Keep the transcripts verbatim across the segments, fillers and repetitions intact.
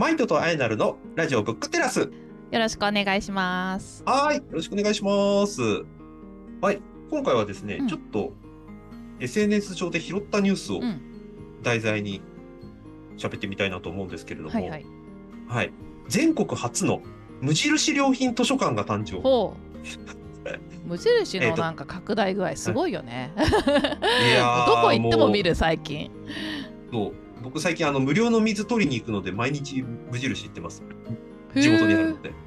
マイトとアイナルのラジオブックテラス。 よろしくお願いします。 はい、よろしくお願いします。はい、今回はですね、 うん、 ちょっと エスエヌエス 上で拾ったニュースを題材に喋ってみたいなと思うんですけれども、はいはい、はい、全国初の無印良品図書館が誕生。 ほう無印のなんか拡大具合すごいよね。 いやどこ行っても見る最近。 そう僕最近あの無料の水取りに行くので毎日無印行ってます。地元にあるので。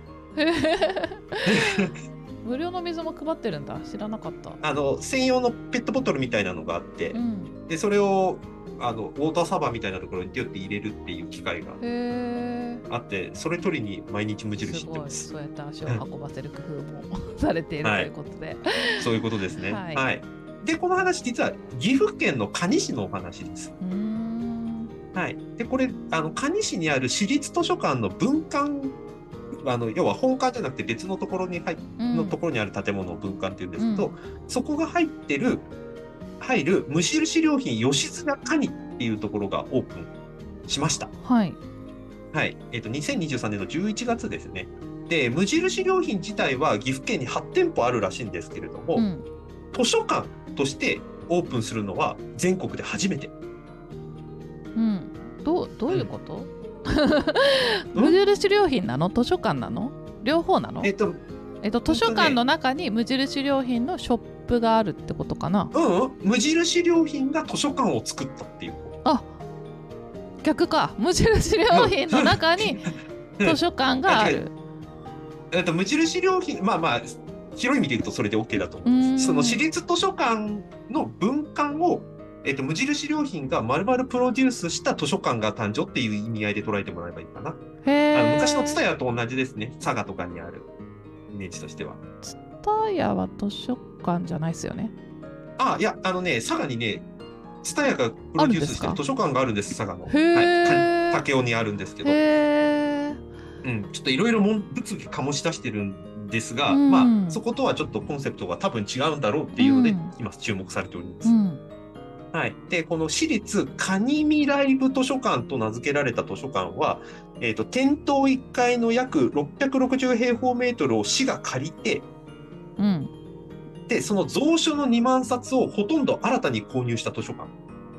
無料の水も配ってるんだ。知らなかった。 あの専用のペットボトルみたいなのがあって、うん、でそれをあのウォーターサーバーみたいなところにピュッて入れるっていう機械があって、それ取りに毎日無印行ってます。 すごい、そうやって足を運ばせる工夫もされているということで、はい、 そういうことですね。はい、はい。でこの話実は岐阜県の可児市のお話です。うーん、はい。でこれあの可児市にある市立図書館の分館、あの要は本館じゃなくて別のところに入、うん、のところにある建物を分館っていうんですけど、うん、そこが入ってる入る無印良品吉塚可児っていうところがオープンしました。はい。はい。えっとにせんにじゅうさんねんのじゅういちがつですね。で無印良品自体は岐阜県にはちてんぽあるらしいんですけれども、うん、図書館としてオープンするのは全国で初めて。 うん。どうどういうこと？うん、無印良品なの？図書館なの？両方なの？えっと、えっと、図書館の中に無印良品のショップがあるってことかな？ うん、うん、無印良品が図書館を作ったっていう。 あ、逆か。無印良品の中に図書館がある。 えっと、無印良品、まあまあ広い意味で言うとそれで OK だと思うんです。その私立図書館の分館をえっと、無印良品が丸々プロデュースした図書館が誕生っていう意味合いで捉えてもらえばいいかな。へあの昔のツタヤと同じですね。佐賀とかにあるイメージとしては。 ツタヤは図書館じゃないですよね。 あ、いや、あのね、佐賀にね、ツタヤがプロデュースしてる図書館があるんです、佐賀の。はい、武雄にあるんですけど。へうん、ちょっといろいろ物議醸し出してるんですが、うん、まあ、そことはちょっとコンセプトが多分違うんだろうっていうので、うん、今注目されております。うんはい、でこの私立可児未来部図書館と名付けられた図書館は、えーと、店頭いっかいの約ろっぴゃくろくじゅう平方メートルを市が借りて、うん、でその蔵書のにまんさつをほとんど新たに購入した図書館。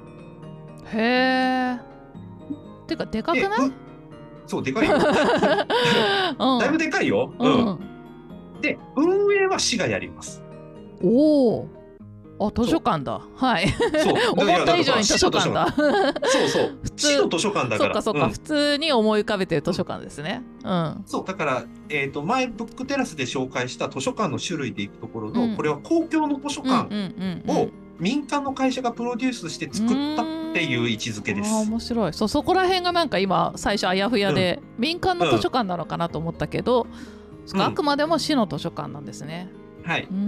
へー。てかでかくない？ そうでかいよ、うん、だいぶでかいよ、うんうん、で運営は市がやります。 おお、あ、図書館だ。はい。そう思った以上に図書館だ。 そうそう。普通市の図書館だから。 そうかそうか、うん、普通に思い浮かべてる図書館ですね。うん。 そうだからえっと前ブックテラスで紹介した図書館の種類でいくところの、うん、これは公共の図書館を民間の会社がプロデュースして作ったっていう位置づけです。 あ、面白い。そう、そこら辺がなんか今最初あやふやで、うん、民間の図書館なのかなと思ったけど、うん、あくまでも市の図書館なんですね。 はい。うん。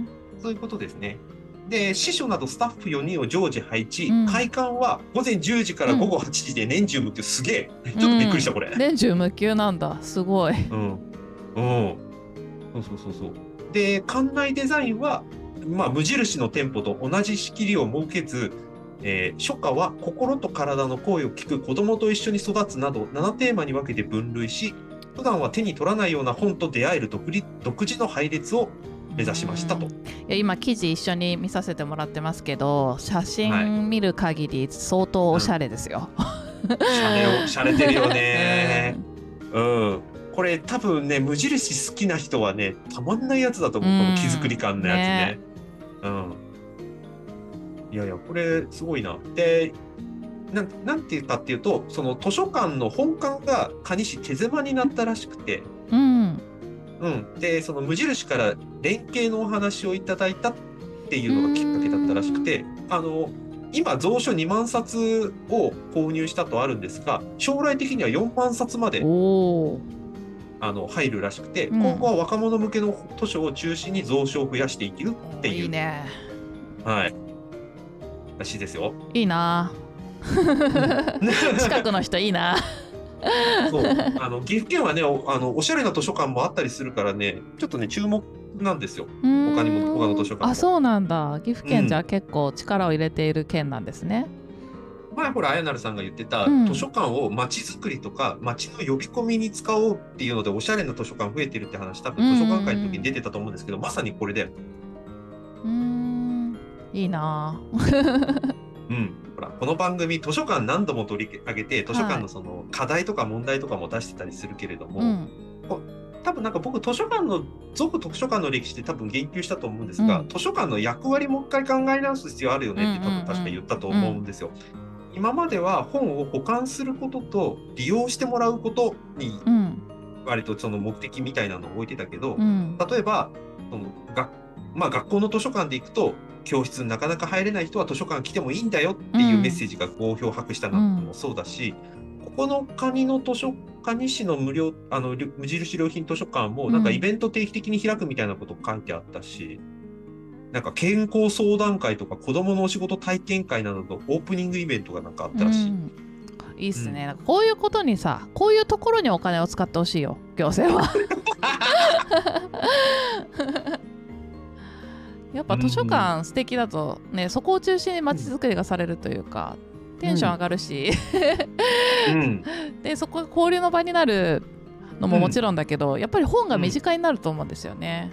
そういうことですね。で司書などスタッフよにんを常時配置、うん、開館はごぜんじゅうじからごごはちじで年中無休。すげえ、ちょっとびっくりしたこれ、 うん、年中無休なんだ。すごい。 うんうんそうそうそうそう。で館内デザインは、まあ、無印の店舗と同じ仕切りを設けず、えー、書家は心と体の声を聞く子どもと一緒に育つなどななテーマに分けて分類し、普段は手に取らないような本と出会える独独自の配列を目指しましたと。いや今記事一緒に見させてもらってますけど、写真見る限り相当おしゃれですよ。 うん、しゃれをしゃれてるよね、うん、うん、これ多分ね無印好きな人はねたまんないやつだと思う、うん、この木作り感のやつね、ね、うん、いやいやこれすごいな。でな ん, なんていうかっていうと、その図書館の本館が可児市手狭になったらしくて、うんうん、でその無印から連携のお話をいただいたっていうのがきっかけだったらしくて、あの今蔵書にまんさつを購入したとあるんですが、将来的にはよんまんさつまであの入るらしくて、うん、今後は若者向けの図書を中心に蔵書を増やしていけるっていう、 いいね、 はい、らしいですよ。 いいな近くの人いいなそうあの岐阜県はね お, あのおしゃれな図書館もあったりするからね、ちょっとね注目なんですよ。他にも他の図書館も。 あ、そうなんだ。岐阜県じゃ結構力を入れている県なんですね。 う前ほらあやなるさんが言ってた、 うん、 図書館を街づくりとか街の呼び込みに使おうっていうのでおしゃれな図書館増えてるって話、多分図書館会の時に出てたと思うんですけど、まさにこれで、 うーん、いいなうん、ほらこの番組図書館何度も取り上げて図書館のその課題とか問題とかも出してたりするけれども、はい、多分なんか僕図書館の続図書館の歴史で多分言及したと思うんですが、うん、図書館の役割もう一回考え直す必要あるよねって多分確か言ったと思うんですよ。うん、今までは本を保管することと利用してもらうことに割とその目的みたいなのを置いてたけど、うん、例えばそのが、まあ、学校の図書館で行くと教室になかなか入れない人は図書館来てもいいんだよっていうメッセージが好評博したのもそうだし、うん、ここのカニの図書カニ市の無料あの無印良品図書館もなんかイベント定期的に開くみたいなこと書いてあったし、うん、なんか健康相談会とか子どものお仕事体験会などのオープニングイベントがなんかあったらしい、うん、 いいっすね、うん、なんかこういうことにさこういうところにお金を使ってほしいよ行政はやっぱ図書館素敵だとね、そこを中心に街づくりがされるというか、うん、テンション上がるし、うん、でそこ交流の場になるのももちろんだけど、うん、やっぱり本が身近になると思うんですよね。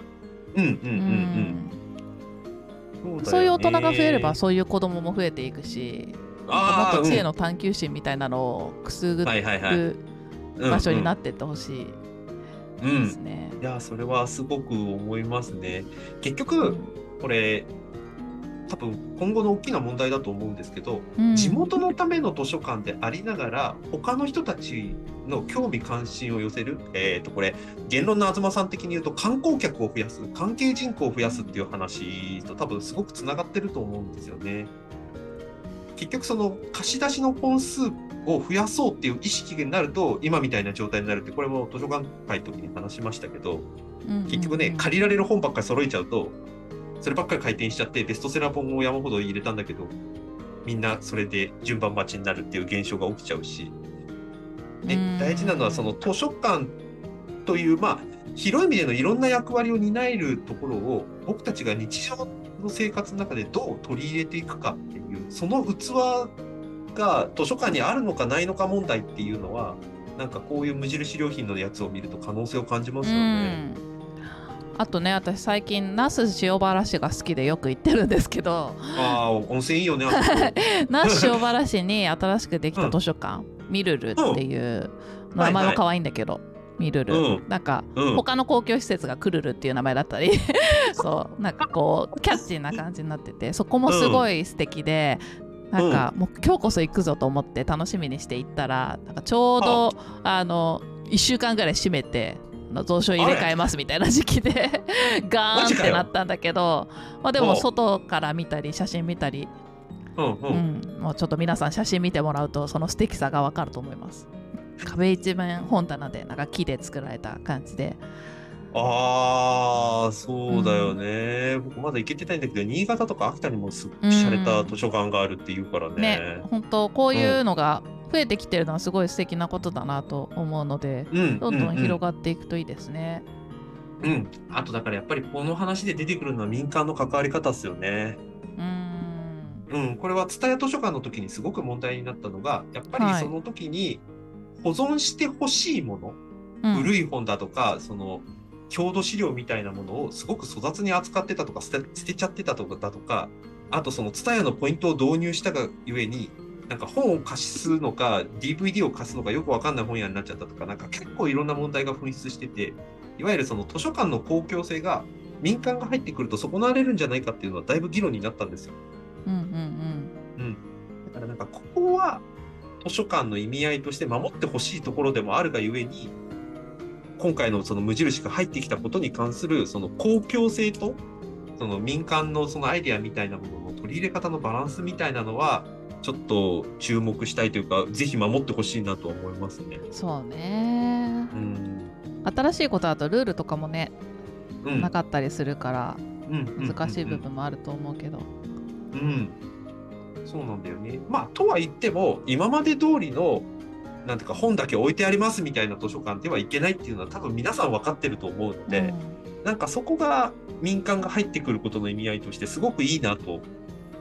そういう大人が増えればそういう子供も増えていくし、もっと知恵の探求心みたいなのをくすぐる場所になっていってほしいですね。 いやそれはすごく思いますね。結局、うんこれ多分今後の大きな問題だと思うんですけど、うん、地元のための図書館でありながら他の人たちの興味関心を寄せる、えー、とこれ言論の東さん的に言うと観光客を増やす関係人口を増やすっていう話と多分すごくつながってると思うんですよね。結局その貸し出しの本数を増やそうっていう意識になると今みたいな状態になるってこれも図書館会の時に話しましたけど、うんうんうん、結局ね借りられる本ばっかり揃えちゃうとそればっかり回転しちゃってベストセラー本を山ほど入れたんだけどみんなそれで順番待ちになるっていう現象が起きちゃうし、で大事なのはその図書館というまあ広い意味でのいろんな役割を担えるところを僕たちが日常の生活の中でどう取り入れていくかっていうその器が図書館にあるのかないのか問題っていうのはなんかこういう無印良品のやつを見ると可能性を感じますよね。 あとね私最近那須塩原市が好きでよく行ってるんですけどあ温泉いいよね那須塩原市に新しくできた図書館、うん、ミルルっていう、うん、名前も可愛いんだけど、はいはい、ミルル、うん、なんか、うん、他の公共施設がクルルっていう名前だったりそうなんかこうキャッチーな感じになっててそこもすごい素敵で、うん、なんかもう今日こそ行くぞと思って楽しみにして行ったらなんかちょうどあのいっしゅうかんぐらい閉めて蔵書入れ替えますみたいな時期でガーンってなったんだけど、まあ、でも外から見たり写真見たり、うんうんうん、もうちょっと皆さん写真見てもらうとその素敵さが分かると思います。壁一面本棚でなんか木で作られた感じでああそうだよね、うん、僕まだ行けてないんだけど新潟とか秋田にもすっごい洒落た図書館があるっていうからね、うん、 ね本当こういうのが、うん増えてきてるのはすごい素敵なことだなと思うので、うん、どんどん広がっていくといいですね。 うん、うん、あとだからやっぱりこの話で出てくるのは民間の関わり方ですよね。うーん、うん、これは蔦屋図書館の時にすごく問題になったのがやっぱりその時に保存してほしいもの、はい、古い本だとか、うん、その郷土資料みたいなものをすごく粗雑に扱ってたとか捨て、捨てちゃってたとかだとかあとその蔦屋のポイントを導入したがゆえになんか本を貸すのか ディーブイディー を貸すのかよく分かんない本屋になっちゃったとかなんか結構いろんな問題が噴出してていわゆるその図書館の公共性が民間が入ってくると損なわれるんじゃないかっていうのはだいぶ議論になったんですよ。うんうんうんうん、だからなんかここは図書館の意味合いとして守ってほしいところでもあるがゆえに今回のその無印が入ってきたことに関するその公共性とその民間のそのアイデアみたいなものの取り入れ方のバランスみたいなのはちょっと注目したいというかぜひ守ってほしいなと思いますね。 そうね、うん、新しいことだとルールとかもね、うん、なかったりするから難しい部分もあると思うけど、 うん、うん、そうなんだよね。まあとは言っても今まで通りのなんていうか本だけ置いてありますみたいな図書館ではいけないっていうのは多分皆さん分かってると思うので、うん、なんかそこが民間が入ってくることの意味合いとしてすごくいいなと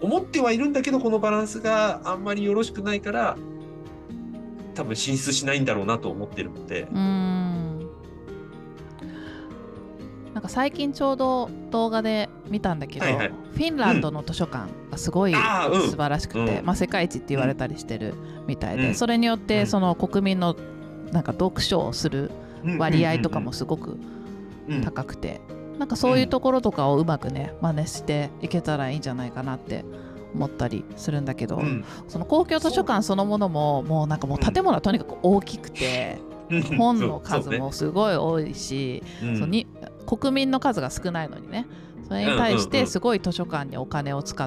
思ってはいるんだけど、このバランスがあんまりよろしくないから多分進出しないんだろうなと思ってるので。 うーん、なんか最近ちょうど動画で見たんだけど、はいはい、フィンランドの図書館がすごい素晴らしくて、うん、まあ、世界一って言われたりしてるみたいで、うん、それによってその国民のなんか読書をする割合とかもすごく高くて、なんかそういうところとかをうまくね真似していけたらいいんじゃないかなって思ったりするんだけど、うん、その公共図書館そのものももうなんかもう建物はとにかく大きくて、うん、本の数もすごい多いし、そ、ね、そに国民の数が少ないのにね、それに対してすごい図書館にお金を使って、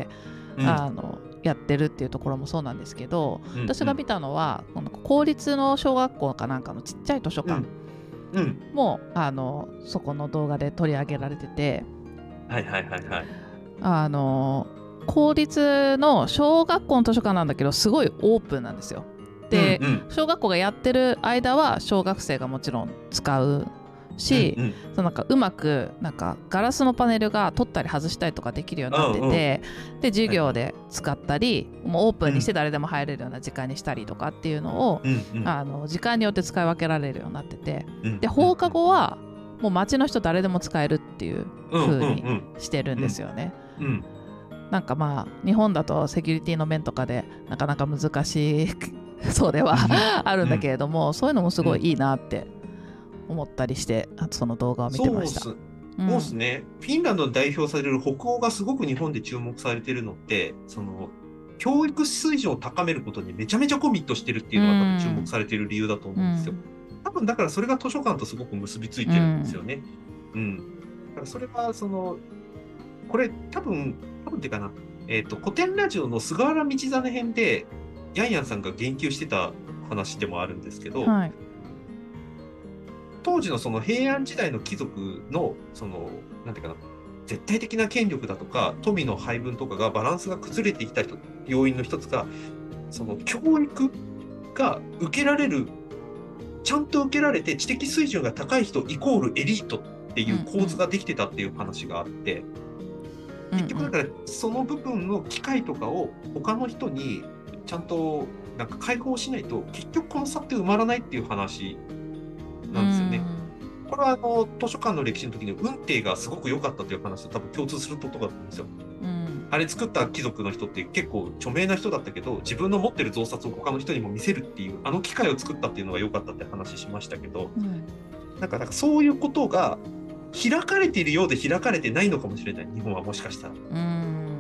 うん、あのやってるっていうところもそうなんですけど、うん、私が見たのは公立の小学校かなんかのちっちゃい図書館も、うん、あのそこの動画で取り上げられてて、 はいはいはいはい、 あの公立の小学校の図書館なんだけどすごいオープンなんですよ。で、うんうん、小学校がやってる間は小学生がもちろん使うし、うんうん、そのなんかうまくなんかガラスのパネルが取ったり外したりとかできるようになってて、うんうん、で授業で使ったり、はい、もうオープンにして誰でも入れるような時間にしたりとかっていうのを、うんうん、あの時間によって使い分けられるようになってて、うんうん、で放課後はもう町の人誰でも使えるっていう風にしてるんですよね、うんうんうん、なんかまあ日本だとセキュリティの面とかでなかなか難しいそうではあるんだけれども、うん、そういうのもすごいいいなって思ったりして、あとその動画を見てました。 そうですね、うん、フィンランドに代表される北欧がすごく日本で注目されているのって、その教育水準を高めることにめちゃめちゃコミットしてるっていうのが多分注目されている理由だと思うんですよ、うん、多分だからそれが図書館とすごく結びついてるんですよね、うんうん、だからそれはそのこれ多分多分っていうかな、えーと、古典ラジオの菅原道真編でヤンヤンさんが言及してた話でもあるんですけど、はい、当時のその平安時代の貴族のそのなんていうかな、絶対的な権力だとか富の配分とかがバランスが崩れてきた要因の一つが、その教育が受けられる、ちゃんと受けられて知的水準が高い人イコールエリートっていう構図ができてたっていう話があって、うんうん、結局だからその部分の機会とかを他の人にちゃんとなんか解放しないと結局この差って埋まらないっていう話なんですよね。これはあの図書館の歴史の時に運定がすごく良かったという話と多分共通することだと思うんですよ、うん、あれ作った貴族の人って結構著名な人だったけど、自分の持ってる増刷を他の人にも見せるっていうあの機会を作ったっていうのが良かったって話しましたけど、うん、なんかなんかそういうことが開かれているようで開かれてないのかもしれない、日本はもしかしたら、うん、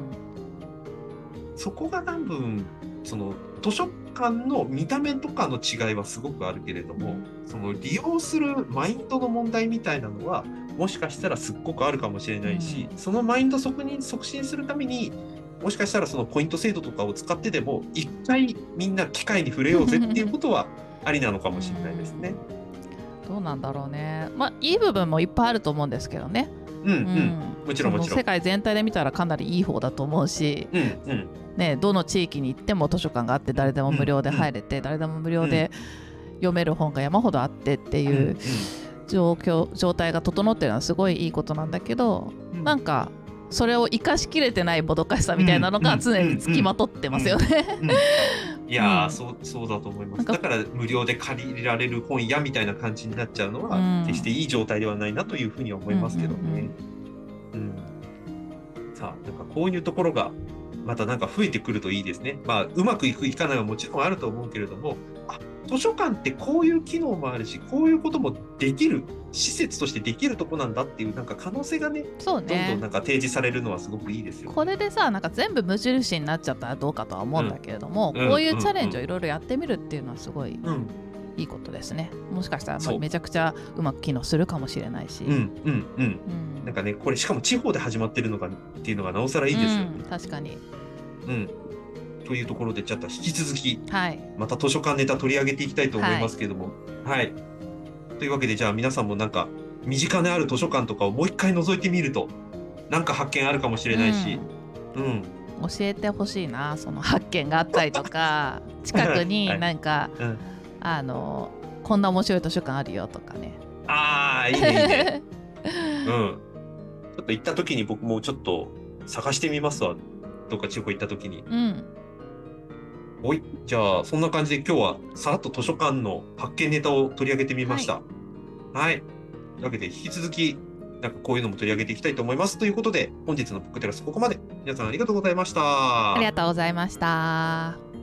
そこが多分その図書館の見た目とかの違いはすごくあるけれども、その利用するマインドの問題みたいなのはもしかしたらすっごくあるかもしれないし、うん、そのマインド促進促進するためにもしかしたらそのポイント制度とかを使ってでも一回みんな機会に触れようぜっていうことはありなのかもしれないですね。 うん、どうなんだろうね。まあいい部分もいっぱいあると思うんですけどね。 うんうん、もちろんもちろん。 世界全体で見たらかなりいい方だと思うし、うんうんね、どの地域に行っても図書館があって誰でも無料で入れて、うん、誰でも無料で読める本が山ほどあってっていう状況、状態が整ってるのはすごいいいことなんだけど、うん、なんかそれを生かしきれてないもどかしさみたいなのが常につきまとってますよね。 いやー、うん、そう、そうだと思います。だから無料で借りられる本屋みたいな感じになっちゃうのは、うん、決していい状態ではないなというふうには思いますけどね。うんうんうんうん、さあ、なんかこういうところがまたなんか増えてくるといいですね。まあうまくいくいかないはもちろんあると思うけれども、あ、図書館ってこういう機能もあるし、こういうこともできる施設としてできるとこなんだっていうなんか可能性がね、そうね、どんどんなんか提示されるのはすごくいいですよ。 これでさ、なんか全部無印になっちゃったらどうかとは思うんだけれども、うん、こういうチャレンジをいろいろやってみるっていうのはすごいいいことですね。もしかしたらまあめちゃくちゃうまく機能するかもしれないし、うんうんうん、 うん、なんかね、これしかも地方で始まってるのがっていうのがなおさらいいですよね。 うん、確かに。 うん、というところでちょっと引き続き、はい、また図書館ネタ取り上げていきたいと思いますけれども、はい、はい、というわけでじゃあ皆さんもなんか身近にある図書館とかをもう一回覗いてみるとなんか発見あるかもしれないし、うんうん、 教えてほしいな、その発見があったりとか近くになんか、はい、うん、あのこんな面白い図書館あるよとかね。 ああ、いいねいいね、うん、ちょっと行った時に僕もちょっと探してみますわ。 どっか地方行った時に。 うん。 おい、じゃあそんな感じで今日はさらっと図書館の発見ネタを取り上げてみました。はい。はい、というわけで引き続きなんかこういうのも取り上げていきたいと思いますということで、本日のブックテラスここまで。皆さんありがとうございました。 ありがとうございました。